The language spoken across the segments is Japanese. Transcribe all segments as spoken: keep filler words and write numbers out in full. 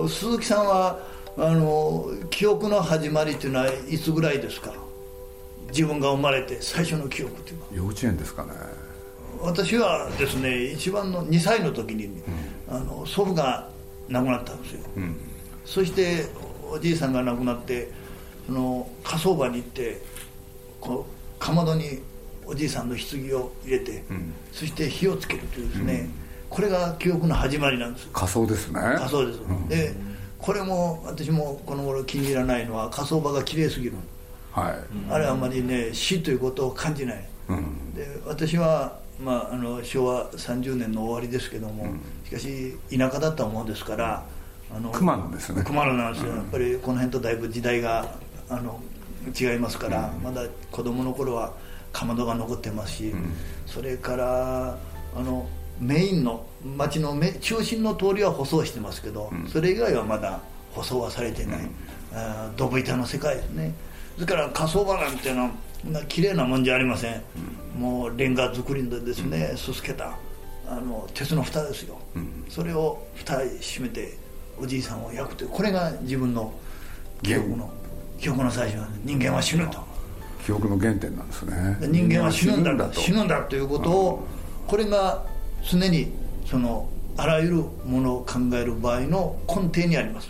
の鈴木さんはあの記憶の始まりというのはいつぐらいですか？自分が生まれて最初の記憶というのは。 幼稚園ですかね。 私はですね、一番のにさいの時に、うん、あの祖父が亡くなったんですよ、うん、そしておじいさんが亡くなってその火葬場に行ってこうかまどにおじいさんの棺を入れて、うん、そして火をつけるというですね、うん、これが記憶の始まりなんです。 火葬ですね。 火葬です、うん、でこれも私もこの頃気に入らないのは火葬場がきれいすぎる、はい、あれはあまりね死ということを感じない、うん、で私はまあ、あの昭和さんじゅうねんの終わりですけども、うん、しかし田舎だったものですから、あの熊野ですね。 熊野なんですよ、うん、やっぱりこの辺とだいぶ時代があの違いますから、うん、まだ子供の頃はかまどが残ってますし、うん、それからあのメインの町の中心の通りは舗装してますけど、うん、それ以外はまだ舗装はされてない、うん、あドブ板の世界ですね。ですから火葬場なんていうのは綺麗なもんじゃありません、うん、もうレンガ作りでですね、うん、すすけたあの鉄の蓋ですよ、うん、それを蓋閉めておじいさんを焼くという、これが自分の記憶の記憶の最初は人間は死ぬと、 記憶の原点なんですね。 人間は死ぬんだと死ぬんだということを、これが常にそのあらゆるものを考える場合の根底にあります。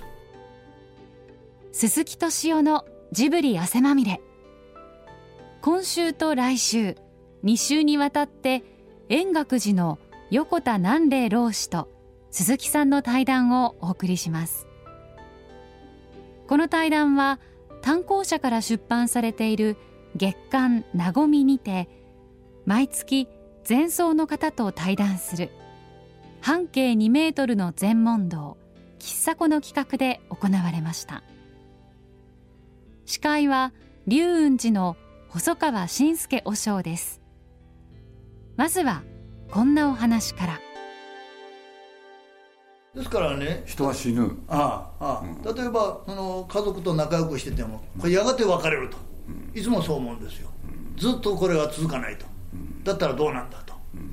鈴木敏夫のジブリ汗まみれ。今週と来週に週にわたって円覚寺の横田南嶺老師と鈴木さんの対談をお送りします。この対談は単行者から出版されている月刊なごみにて毎月禅僧の方と対談する半径にメートルの禅問答喫茶子の企画で行われました。司会は龍雲寺の細川信介和尚です。まずはこんなお話から。 ですからね、 人は死ぬ。 ああああ、うん、例えばその家族と仲良くしててもこれやがて別れると、うん、いつもそう思うんですよ、うん、ずっとこれは続かないと、うん、だったらどうなんだと、うん、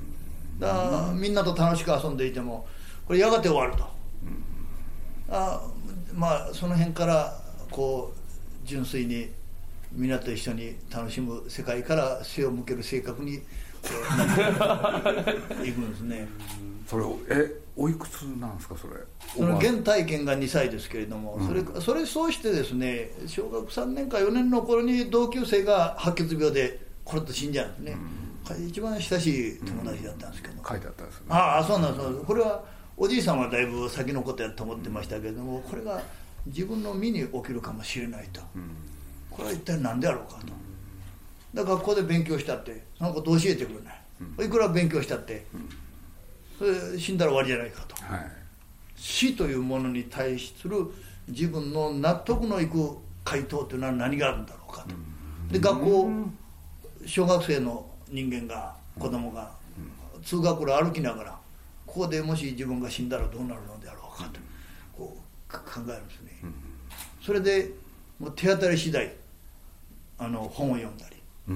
だからみんなと楽しく遊んでいてもこれやがて終わると、うん、あまあその辺からこう純粋に皆と一緒に楽しむ世界から背を向ける性格になっていくんですね。 それをえおいくつなんですか？それその原体験がにさいですけれども、うん、それそれそうしてですね、小学さんねんかよねんの頃に同級生が白血病でコロッと死んじゃうんですね、うん、一番親しい友達だったんですけど、 うん、書いてあったんですね。 ああそうなんです。これはおじいさんはだいぶ先のことやと思ってましたけれども、これが自分の身に起きるかもしれないと、うん、これは一体何であろうかと。だから学校で勉強したってそのこと教えてくれない、うん、いくら勉強したって、うん、それ死んだら終わりじゃないかと、はい、死というものに対する自分の納得のいく回答というのは何があるんだろうかと、うん、で学校小学生の人間が子供が、うん、通学路歩きながらここでもし自分が死んだらどうなるのであろうかと、こう考えるんですね、うん、それでもう手当たり次第あの本を読んだり、うん、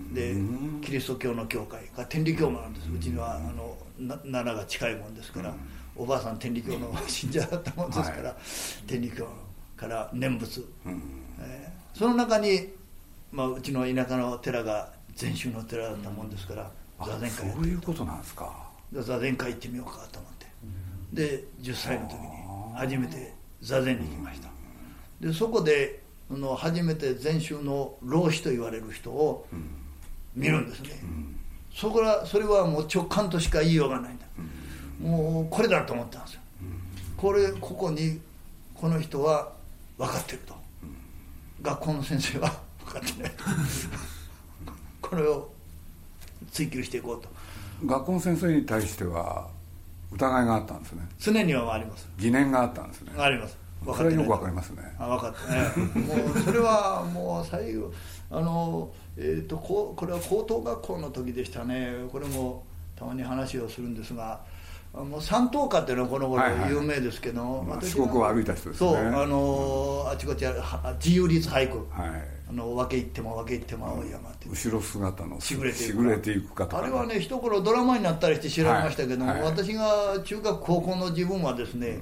でキリスト教の教会が天理教もなんです。うちにはあの奈良が近いもんですから、うん、おばあさん天理教の信者だったもんですから、はい、天理教から念仏、うんえー、その中に、まあ、うちの田舎の寺が禅宗の寺だったもんですから、 うん、座禅会やってそういうことなんですか。 座禅会行ってみようかと思って、うん、でじゅっさいの時に初めて座禅に行きました。でそこでの初めて禅宗の老子と言われる人を見るんですね、うん、そこらそれはもう直感としか言いようがないんだ、うん、もうこれだと思ったんですよ、うん、これここにこの人は分かってると、うん、学校の先生は分かってないとこれを追求していこうと。 学校の先生に対しては疑いがあったんですね。 常にはあります。 疑念があったんですね。 あります。 それはよくわかりますね。 あ分かってねもうそれはもう最後あの、えー、とここれは高等学校の時でしたね。これもたまに話をするんですが、もう三等家っていうのはこの頃有名ですけど、はいはい、 四国を歩いた人ですね。 そうあのあちこち自由律俳句、はい、あの分け入っても分け入っても青い山って、 後ろ姿のしぐれていくしぐれていくかとか、 あれはね一頃ドラマになったりして知られましたけども、はいはい、私が中学高校の自分はですね、うん、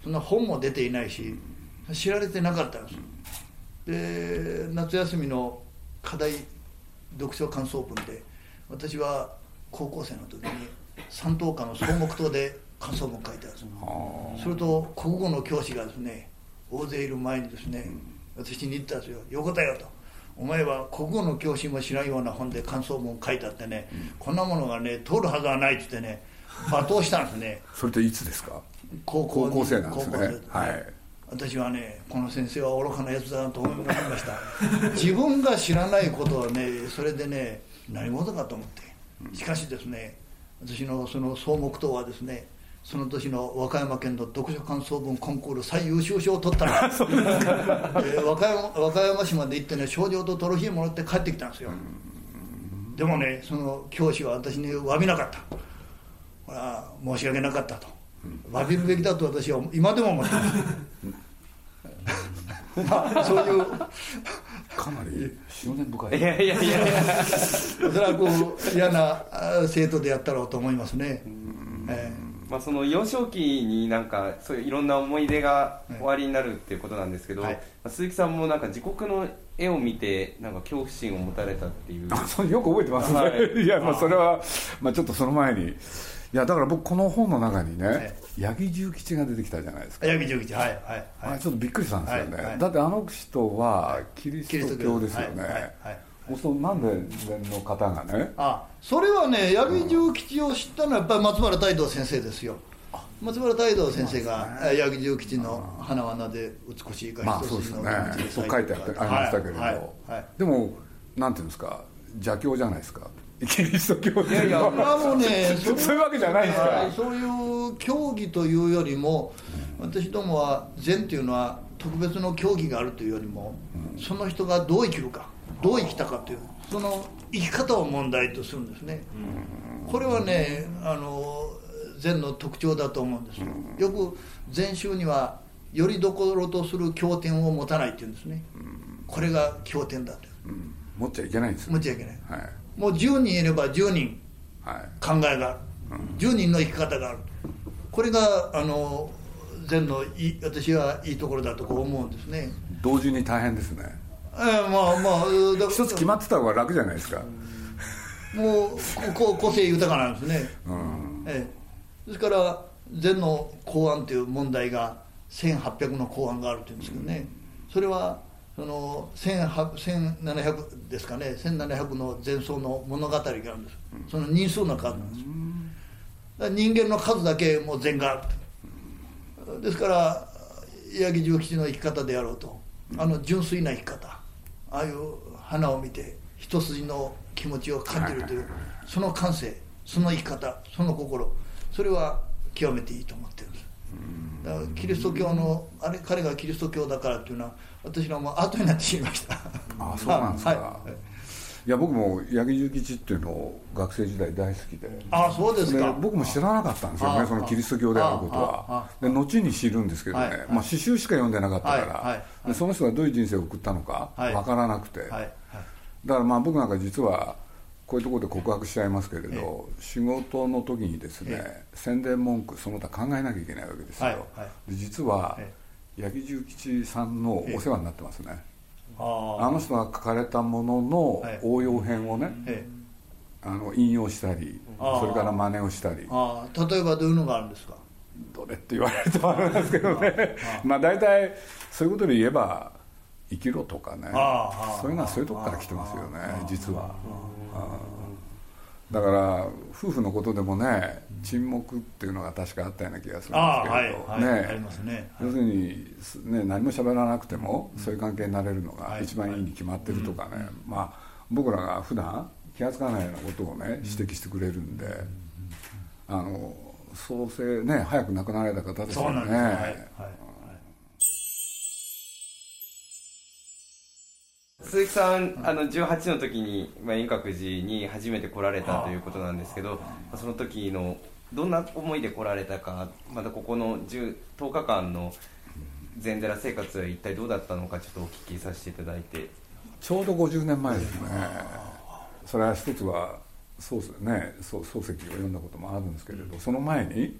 そんな本も出ていないし知られてなかったんです。で夏休みの課題読書感想文で私は高校生の時に三等科の総目答で感想文書いてあるんです。それと国語の教師がですね大勢いる前にですね私に言ったんですよ。横田よと、お前は国語の教師も知らんような本で感想文書いてあってね、こんなものがね通るはずはないって言ってね罵倒したんですね。 それっていつですか？ 高校高校生なんですね。はい。 私はねこの先生は愚かなやつだなと思いました自分が知らないことはねそれでね何事かと思って、しかしですね私のその総目答はですねその年の和歌山県の読書感想文コンクール最優秀賞を取ったのそうですかで和歌山、和歌山市まで行ってね賞状とトロフィーもらって帰ってきたんですよ。でもねその教師は私に詫びなかった。これは申し訳なかったと詫びるべきだと私は今でも思ってますまあそういうかなり執念深い。 いやいやいやいやおそらく嫌な生徒でやったろうと思いますね。えーまあ、その幼少期になんかそういういろんな思い出が終わりになるっていうことなんですけど、はい、鈴木さんもなんか自国の絵を見てなんか恐怖心を持たれたっていう。 あ、それよく覚えてますね、はい、いやまあそれは、まあ、ちょっとその前にいやだから僕この本の中にね、はい、八木重吉が出てきたじゃないですか。 八木重吉、はいはいはい、 あれちょっとびっくりしたんですよね、 はいはい、 だってあの人はキリスト教ですよね、はいはいはい、そうなんで禅の方がね、 あそれはね八木重吉を知ったのはやっぱり松原泰道先生ですよ。松原泰道先生が八木重吉の花はなぜ美しいか一筋の道で咲いて、そう書いてありましたけれど、はいはいはい、でもなんていうんですか邪教じゃないですかキリスト教っていうのは。いやいやもうねそそういうわけじゃないですか、 はい、そういう教義というよりも、私どもは禅というのは特別の教義があるというよりも、うん、その人がどう生きるかどう生きたかというその生き方を問題とするんですね、うん、これはねあの禅の特徴だと思うんですよ、うん、よく禅宗にはよりどころとする経典を持たないっていうんですね、うん、これが経典だと、 うん、持っちゃいけないんですよ。 持っちゃいけない、はい、もうじゅうにんいればじゅうにん考えがある、はいうん、じゅうにんの生き方がある。これがあの禅のいい私はいいところだとこう思うんですね。 同時に大変ですね。 えー、まあまあ一つ決まってた方が楽じゃないですか。 もうこ個性豊かなんですね、うんえー、ですから禅の公案という問題がせんはっぴゃくの公案があるというんですけどね、うん、それはそのせんななひゃくですかね、せんななひゃくの禅僧の物語があるんです、うん、その人数の数なんですよ、うん、だから人間の数だけもう禅があると。ですから八木重吉の生き方であろうと、あの純粋な生き方、ああいう花を見て一筋の気持ちを感じるというその感性、その生き方、その心、それは極めていいと思ってるんです。だからキリスト教のあれ彼がキリスト教だからっていうのは私のもう後になって知りました。 ああそうなんですか、はい、いや僕も八木重吉っていうのを学生時代大好きで、 あそうですか。 僕も知らなかったんですよね、そのキリスト教であることは。で後に知るんですけどね、はいはい、まあ、詩集しか読んでなかったから、はいはい、でその人がどういう人生を送ったのか分からなくて、はいはいはい、だからまあ僕なんか実はこういうところで告白しちゃいますけれど、仕事の時にですね宣伝文句その他考えなきゃいけないわけですよ、はいはい、で実は八木重吉さんのお世話になってますね。あ, あの人が書かれたものの応用編をね、あの引用したりそれから真似をしたり。 あ例えばどういうのがあるんですか。 どれって言われるとあれなんですけどねまあ大体そういうことで言えば生きろとかね、そういうのはそういうとこから来てますよね実は。だから夫婦のことでもね沈黙っていうのが確かあったような気がするんですけど、 はいはい、ね、ありますね、 要するに、ね、何も喋らなくてもそういう関係になれるのが一番いいに決まってるとかね、まあ僕らが普段気が付かないようなことをね指摘してくれるんで、あの創生ね早く亡くなられた方ですよね。そうなんです、はいはい。 鈴木さん、あのじゅうはちの時に、まあ、円覚寺に初めて来られたということなんですけど、その時のどんな思いで来られたか、またここのじゅう、とおかかんの禅寺生活は一体どうだったのかちょっとお聞きさせていただいて。 ちょうどごじゅうねんまえですね。それは一つは漱石、ね、漱石を読んだこともあるんですけれど、その前に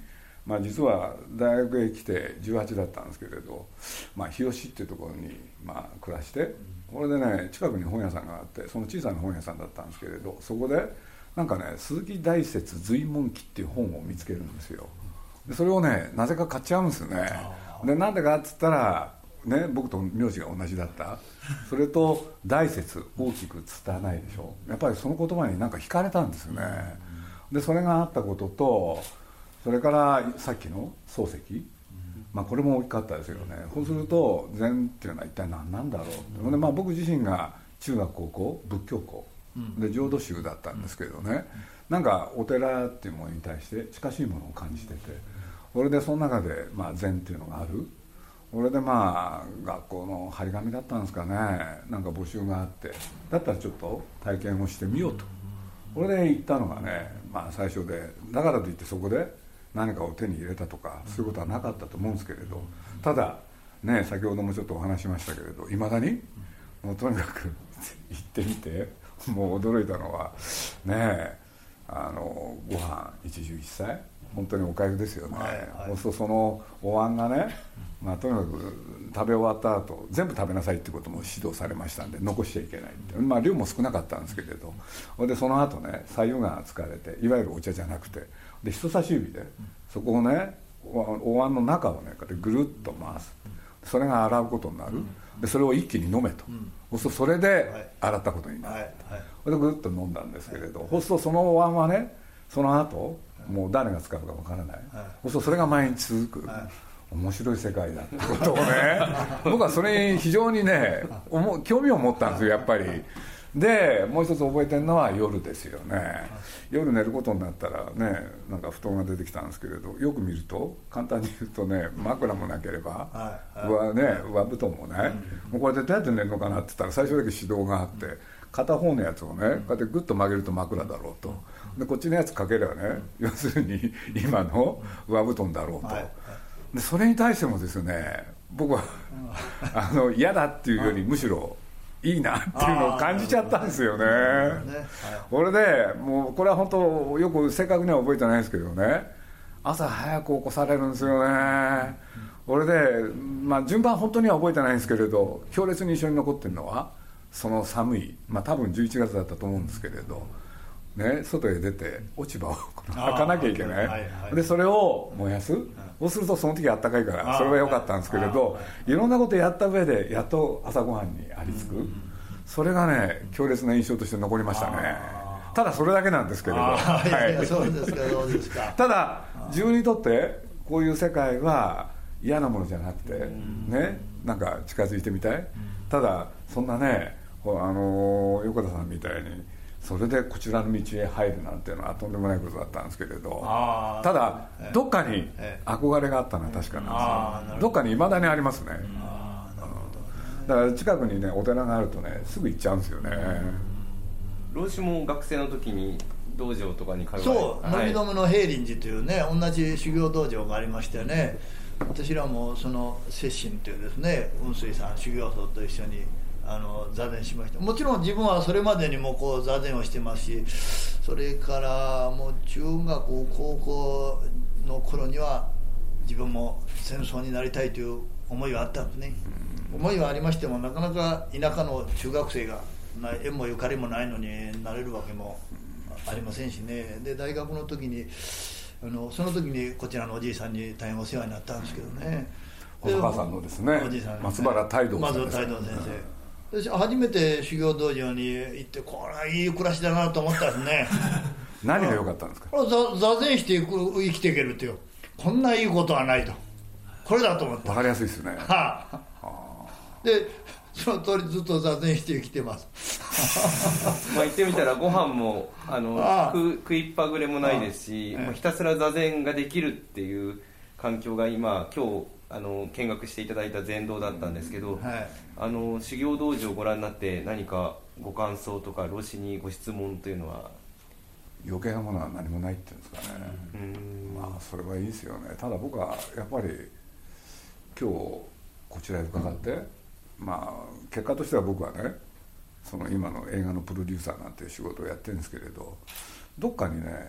まあ、実は大学へ来てじゅうはちだったんですけれど、まあ、日吉っていうところにまあ暮らして、これでね近くに本屋さんがあって、その小さな本屋さんだったんですけれど、そこでなんかね鈴木大拙随文記っていう本を見つけるんですよ。でそれをねなぜか買っちゃうんですよね。でなんでかっつったらね、僕と名字が同じだった、それと大拙大きく拙ないでしょ。やっぱりその言葉になんか惹かれたんですよね。でそれがあったことと、それからさっきの漱石、まあ、これも大きかったですよね。そうすると禅っていうのは一体何なんだろう。で、まあ、僕自身が中学高校仏教校で浄土宗だったんですけどね、なんかお寺っていうものに対して近しいものを感じてて、それでその中でまあ禅っていうのがある。それでまあ学校の張り紙だったんですかね、なんか募集があって、だったらちょっと体験をしてみようと。これで行ったのがね、まあ最初で、だからといってそこで何かを手に入れたとかそういうことはなかったと思うんですけれど、ただね先ほどもちょっとお話ししましたけれど、いまだにもうとにかく行ってみてもう驚いたのはね、あのご飯一汁一菜本当におかゆですよね。はいはい、そうそのお椀がね、まあ、とにかく食べ終わった後全部食べなさいってことも指導されましたんで、残しちゃいけないって、まあ、量も少なかったんですけれど、でその後ね白湯が使われて、いわゆるお茶じゃなくて、で人差し指でそこをねお椀の中をねこうやってぐるっと回す、それが洗うことになる。でそれを一気に飲めと、うん、そうそれで洗ったことになる、はいはいはい、でぐるっと飲んだんですけれど、はい、そうするとそのお椀はねその後もう誰が使うかわからない、はい、そうするとそれが毎日続く、はい、面白い世界だってことをね僕はそれに非常にね興味を持ったんですよやっぱり。でもう一つ覚えてるのは夜ですよね。夜寝ることになったらね、なんか布団が出てきたんですけれど、よく見ると簡単に言うとね、枕もなければ、はいはい、上ね上布団もね、うん、もうこれでどうやって寝るのかなって言ったら最初だけ指導があって、片方のやつをねこうやってグッと曲げると枕だろうと、でこっちのやつかければね、要するに今の上布団だろうと、はいはい、でそれに対してもですね僕はあの嫌だっていうよりむしろいいなっていうのを感じちゃったんですよね。これでもうこれは本当よく正確には覚えてないですけどね、朝早く起こされるんですよね。これで、まあ、順番本当には覚えてないんですけれど、強烈に印象に残ってるのはその寒い、まあ多分じゅういちがつだったと思うんですけれどね、外へ出て落ち葉を履かなきゃいけない、はいはい、でそれを燃やす、うん、そうするとその時あったかいからそれは良かったんですけれど、いろんなことやった上でやっと朝ごはんにありつく、うん、それがね強烈な印象として残りましたね。ただそれだけなんですけれど、はい、 そうですかどうですか。 ただ自分にとってこういう世界は嫌なものじゃなくて、うん、ね、なんか近づいてみたい、うん、ただそんなねあの横田さんみたいにそれでこちらの道へ入るなんていうのはとんでもないことだったんですけれど、ただどっかに憧れがあったのは確かなんですよ。どっかに未だにありますね。だから近くにねお寺があるとねすぐ行っちゃうんですよね。 老子も学生の時に道場とかに通われて、 そう、飲み止めの平林寺というね同じ修行道場がありましてね、私らもその摂心というですね雲水さん修行僧と一緒にあの座禅しました。もちろん自分はそれまでにもこう座禅をしてますし、それからもう中学高校の頃には自分も戦争になりたいという思いがあったんですね。思いはありましてもなかなか田舎の中学生が縁もゆかりもないのになれるわけもありませんしね。で大学の時にあのその時にこちらのおじいさんに大変お世話になったんですけどね、 細川さんのですね、 おじいさん、ね、 松原泰道さんです。 松原泰道先生、私初めて修行道場に行ってこれはいい暮らしだなと思ったんですね何が良かったんですか。 座禅して生きていけるっていう、こんないいことはないと、これだと思った。 分かりやすいですね。はあ、 でその通りずっと座禅して生きてますまあ言ってみたらご飯もあのああ食いっぱぐれもないですし、もうひたすら座禅ができるっていう環境が今今日あの見学していただいた禅道だったんですけど、はい、あの修行道場をご覧になって何かご感想とか老子にご質問というのは。 余計なものは何もないっていうんですかね。うん、まあそれはいいですよね。ただ僕はやっぱり今日こちらへ伺って、うん、まあ結果としては僕はねその今の映画のプロデューサーなんていう仕事をやってるんですけれど、どっかにね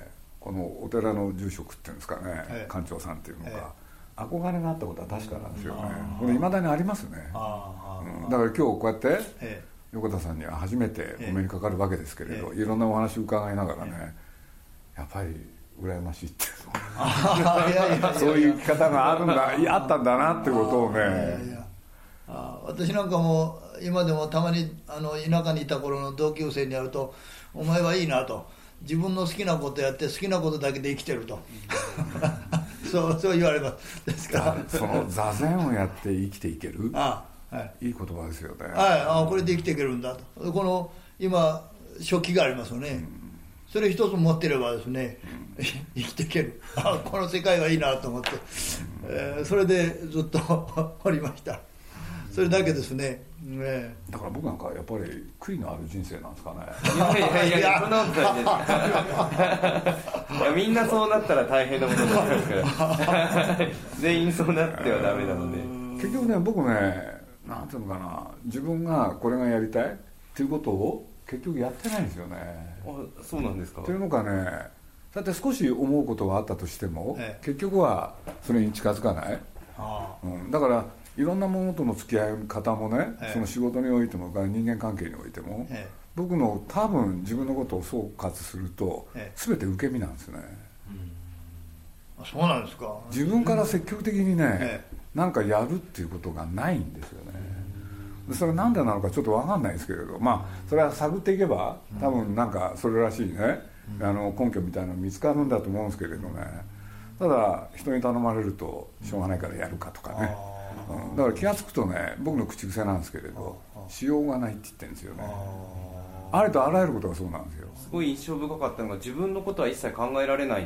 このお寺の住職っていうんですかね、 ええ、 館長さんっていうのか、ええ、憧れがあったことは確かなんですよね。これ未だにありますね。あ、うん、だから今日こうやって、ええ、横田さんには初めてお目にかかるわけですけれど、ええ、いろんなお話を伺いながらね、ええ、やっぱり羨ましいっていうのそういう生き方があるんだあったんだなってことをね。いやいや、 あ、私なんかも今でもたまにあの田舎にいた頃の同級生に会うと、お前はいいなと、自分の好きなことやって好きなことだけで生きてるとそうそう言われます。ですからその座禅をやって生きていける、 ああ、はい、 いい言葉ですよね。 はい、ああ、これで生きていけるんだと。この今食器がありますよね、うん、それ一つ持ってればですね、うん、生きていける。ああ、この世界はいいなと思って、えー、それでずっとおりました。それだけですね。ね、 だから僕なんかやっぱり悔いのある人生なんですかね。 いやいやいやいや、そんなことないですいや、みんなそうなったら大変なことになりますから全員そうなってはダメなので。 結局ね、僕ね、なんていうのかな、自分がこれがやりたいっていうことを結局やってないんですよね。 あ、そうなんですか。 というのかね、だって少し思うことがあったとしても、ええ、結局はそれに近づかない、あ、うん、だからいろんなものとの付き合い方もね、ええ、その仕事においても人間関係においても、ええ、僕の多分自分のことを総括すると、ええ、全て受け身なんですね、 うん、あ、そうなんですか。 自分から積極的にね、ええ、なんかやるっていうことがないんですよね。でそれなんでなのかちょっと分かんないですけれど、まあそれは探っていけば多分なんかそれらしいね、うん、あの根拠みたいなの見つかるんだと思うんですけれどね、ただ人に頼まれるとしょうがないからやるかとかね、うん、だから気が付くとね、僕の口癖なんですけれど、しようがないって言ってるんですよね。ありとあらゆることがそうなんですよ。 すごい印象深かったのが、自分のことは一切考えられないって、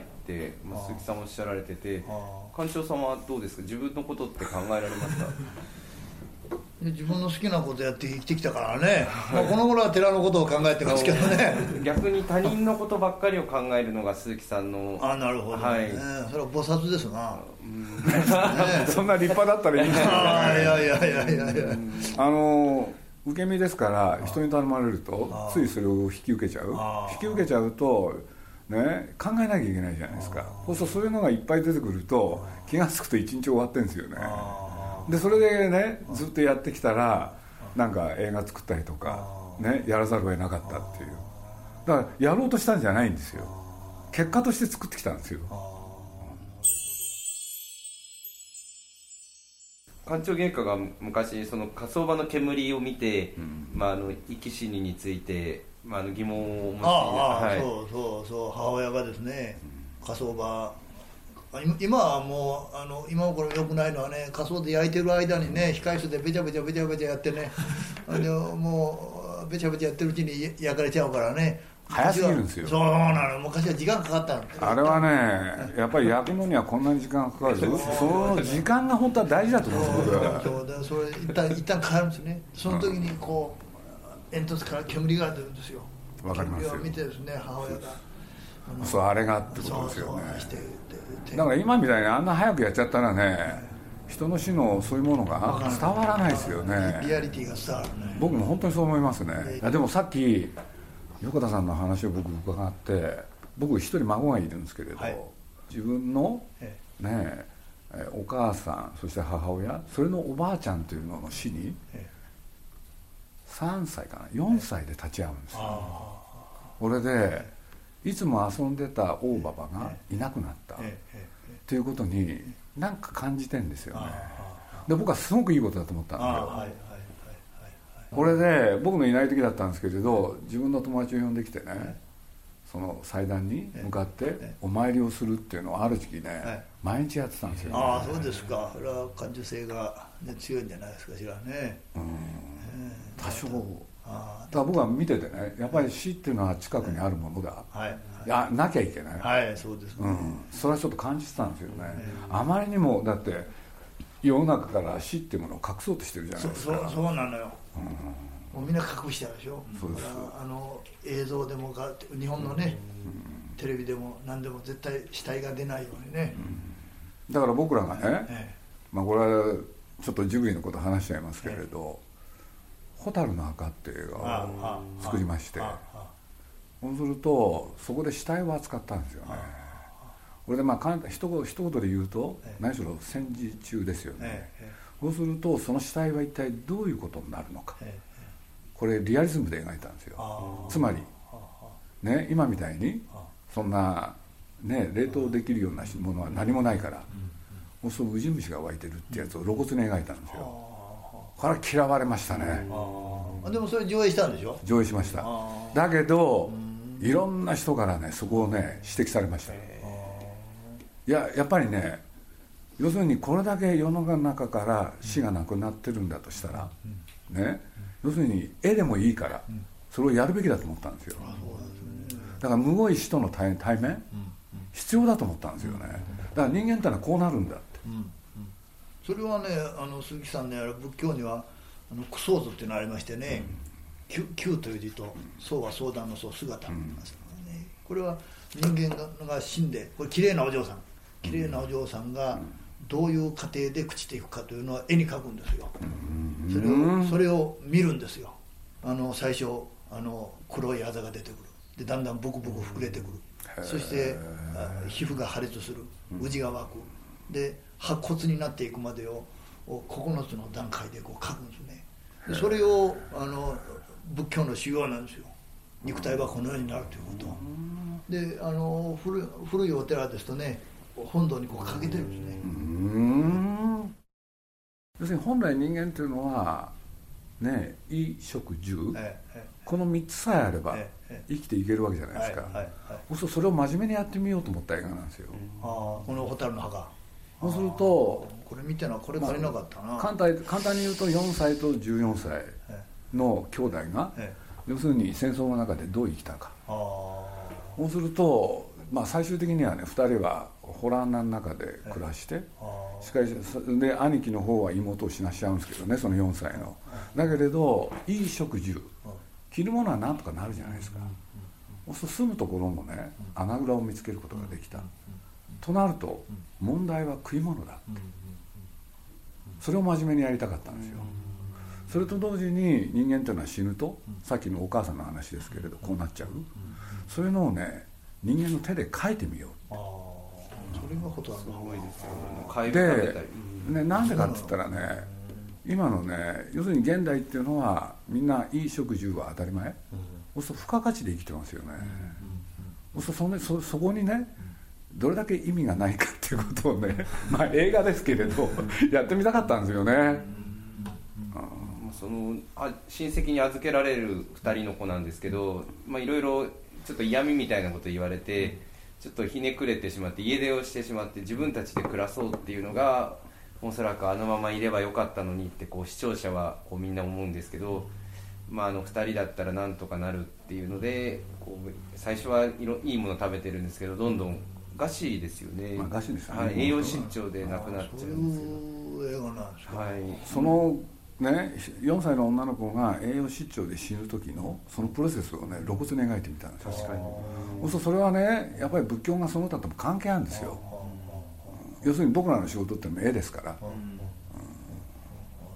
まあ、鈴木さんもおっしゃられてて、館長様はどうですか、自分のことって考えられますか。 自分の好きなことやって生きてきたからね、まあ、この頃は寺のことを考えてますけどね逆に他人のことばっかりを考えるのが鈴木さんの。 あ、なるほど、ね、はい、それは菩薩ですな、うん、 ね、そんな立派だったらいいんですけどね。 あ、いやいやいやいやいや、 あの受け身ですから人に頼まれるとついそれを引き受けちゃう引き受けちゃうとね、考えなきゃいけないじゃないですか。そうするとそういうのがいっぱい出てくると気が付くと一日終わってるんですよね。でそれでね、ずっとやってきたらなんか映画作ったりとかね、やらざるを得なかったっていう。だからやろうとしたんじゃないんですよ。結果として作ってきたんですよ。 館長玄華が昔その火葬場の煙を見て、うん、まあ、あの生き死にについて、まあ、あの疑問をお持ちになった。ああ、 はい、そうそうそう、母親がですね、火葬場、今はもうあの今頃良くないのはね、火葬で焼いてる間にね、控室でべちゃべちゃべちゃべちゃやってねでもうべちゃべちゃやってるうちに焼かれちゃうからね、 早すぎるんですよ。 そうなの、昔は時間かかったの。 あれはね、やっぱり焼くのにはこんなに時間がかかるその時間が本当は大事だと思うんですよ。 そうだ、それ一旦一旦変わるんですね。その時にこう煙突から煙が出るんですよ。 わかりますよ。 煙を見てですね、母親がそう、あれがってことですよね。だから今みたいにあんな早くやっちゃったらね、人の死のそういうものが伝わらないですよね。 リアリティが伝わらない。僕も本当にそう思いますね。でもさっき横田さんの話を僕伺って、僕一人孫がいるんですけれど、はい、自分のねお母さん、そして母親、それのおばあちゃんというのの死にさんさいかな、よんさいで立ち会うんですよ。これでいつも遊んでた大ババがいなくなったということに何か感じてんですよね。で僕はすごくいいことだと思ったんですよ。これで僕のいない時だったんですけれど、自分の友達を呼んできてね、その祭壇に向かってお参りをするっていうのをある時期ね、毎日やってたんですよね。 ああ、そうですか。それは感受性が、ね、強いんじゃないですかしらね。うん、 多少だから僕は見ててね、やっぱり死っていうのは近くにあるものだ、はいはい、いやなきゃいけない、 はい、そうですね、うん、 それはちょっと感じてたんですよね。あまりにもだって世の中から死っていうものを隠そうとしてるじゃないですか。 そう、そうなのよ、うん、もうみんな隠してあるでしょ。そうです。あの映像でもか日本のね、うん、テレビでも何でも絶対死体が出ないようにね、 うん、だから僕らがね、ええ、まあこれはちょっとジブリのこと話しちゃいますけれど、ええ、蛍の墓っていう映画を作りまして、そうするとそこで死体を扱ったんですよね。 これでまあ一言、一言で言うと、ええ、何しろ戦時中ですよね、ええ、そうするとその死体は一体どういうことになるのか、ええ、これリアリズムで描いたんですよ。つまり、ね、今みたいにそんな、ね、冷凍できるようなものは何もないから、うん、そうウジ虫が湧いてるってやつを露骨に描いたんですよ。これは嫌われましたね。 あでもそれ上映したんでしょ。 上映しました。だけどいろんな人からねそこをね指摘されました。いややっぱりね、要するにこれだけ世の中から死がなくなってるんだとしたら、ね、要するに絵でもいいからそれをやるべきだと思ったんですよ。だからむごい死との 対, 対面必要だと思ったんですよね。だから人間ってのはこうなるんだって、うんうん、 それはね、あの鈴木さんのやる仏教にはあの苦相図っていうのがありましてね、うん、九という字と相は相談の相姿、うん、これは人間 が, が死んで、これ綺麗なお嬢さん綺麗なお嬢さんがどういう過程で朽ちていくかというのは絵に描くんですよ。それをそれを見るんですよ。あの最初あの黒いあざが出てくる、でだんだんブクブク膨れてくる、そして皮膚が破裂する、蛆が湧く、で白骨になっていくまでをここのつの段階でこう描くんですね。でそれをあの仏教の修行なんですよ。肉体はこのようになるということで、あの 古, 古いお寺ですとね、本堂にこうかけてるんですね。うーん、 要するに本来人間というのはね、衣食住、ええ、このみっつさえあれば生きていけるわけじゃないですか。そうそれを真面目にやってみようと思った映画なんですよ。 ああ、この蛍の墓。 そうするとこれ見てのはこれ足りなかったな、まあ、 簡単、簡単に言うとよんさいとじゅうよんさいの兄弟が、ええ、要するに戦争の中でどう生きたか。あそうすると、まあ、最終的にはねふたりはホラー穴の中で暮らして、ええ、しかしで兄貴の方は妹を死なしちゃうんですけどね、そのよんさいの。だけれど衣食住、着るものはなんとかなるじゃないですか。そうすると住むところもね穴蔵を見つけることができたとなると問題は食い物だって、それを真面目にやりたかったんですよ。それと同時に人間というのは死ぬと、さっきのお母さんの話ですけれどこうなっちゃう、そういうのをね人間の手で描いてみよう。あそれがことすごいですよね。で、ね、なんでかって言ったらね、今のね要するに現代っていうのはみんな衣食住は当たり前、そうすると付加価値で生きてますよね。そうすると そ, の そ, そこにねどれだけ意味がないかっていうことをねまあ映画ですけれどやってみたかったんですよね。 そのあ親戚に預けられるふたりの子なんですけど、いろいろちょっと嫌味みたいなこと言われてちょっとひねくれてしまって家出をしてしまって自分たちで暮らそうっていうのがおそらくあのままいればよかったのにってこう視聴者はこうみんな思うんですけど、まあ、あのふたりだったらなんとかなるっていうのでこう最初はいろいいもの食べてるんですけどどんどん餓死ですよね。 まあ、餓死ですよね、 はい、栄養失調で亡くなっちゃうんですよ。 そういう映画なんですか。 はい、そのね、よんさいの女の子が栄養失調で死ぬ時のそのプロセスをね露骨に描いてみたんですよ。確かに。そうするとそれはねやっぱり仏教がその他とも関係あるんですよ。要するに僕らの仕事ってのも絵ですから、うん、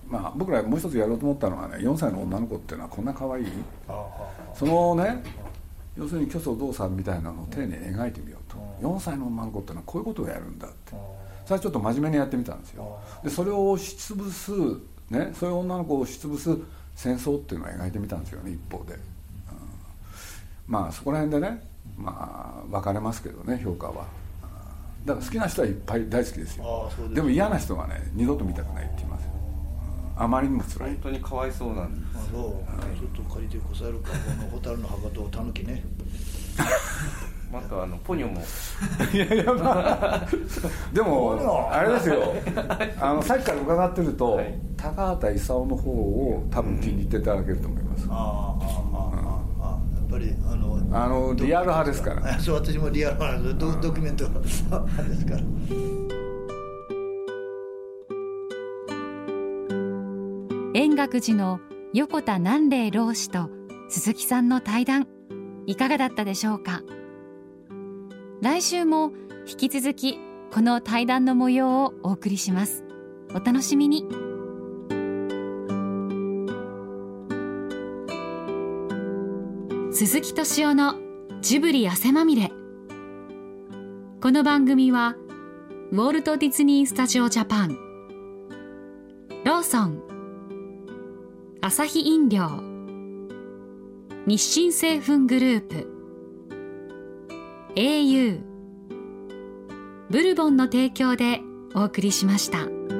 まあ僕らもう一つやろうと思ったのはねよんさいの女の子っていうのはこんな可愛いそのね要するに虚相動作みたいなのを丁寧に描いてみようと。よんさいの女の子ってのはこういうことをやるんだって、それはちょっと真面目にやってみたんですよ。でそれを押しつぶすね、そういう女の子を押しつぶす戦争っていうのを描いてみたんですよね、一方で、うん、まあそこら辺でね、まあ分かれますけどね評価は。だから好きな人はいっぱい大好きですよ。で, でも嫌な人がね二度と見たくないって言いますよ、うん、あまりにも辛い。 本当にかわいそうなんです。 あそう、はい、ちょっと借りてこさえるかこの蛍の墓とタヌキねまたあのポニョもいやいやまあでもあれですよあのさっきから伺ってると、はい、高畑勲の方を多分気に入っていただけると思います、うん、あああああやっぱりあのあのリアル派ですからそう私もリアル派なんです。 ド, ドキュメント派ですから。 円覚寺の横田南嶺老師と鈴木さんの対談いかがだったでしょうか。来週も引き続きこの対談の模様をお送りします。お楽しみに。鈴木敏夫のジブリ汗まみれ。ここの番組はウォルト・ディズニー・スタジオ・ジャパン、ローソン、アサヒ飲料、日清製粉グループ、 エーユー、ブルボンの提供でお送りしました。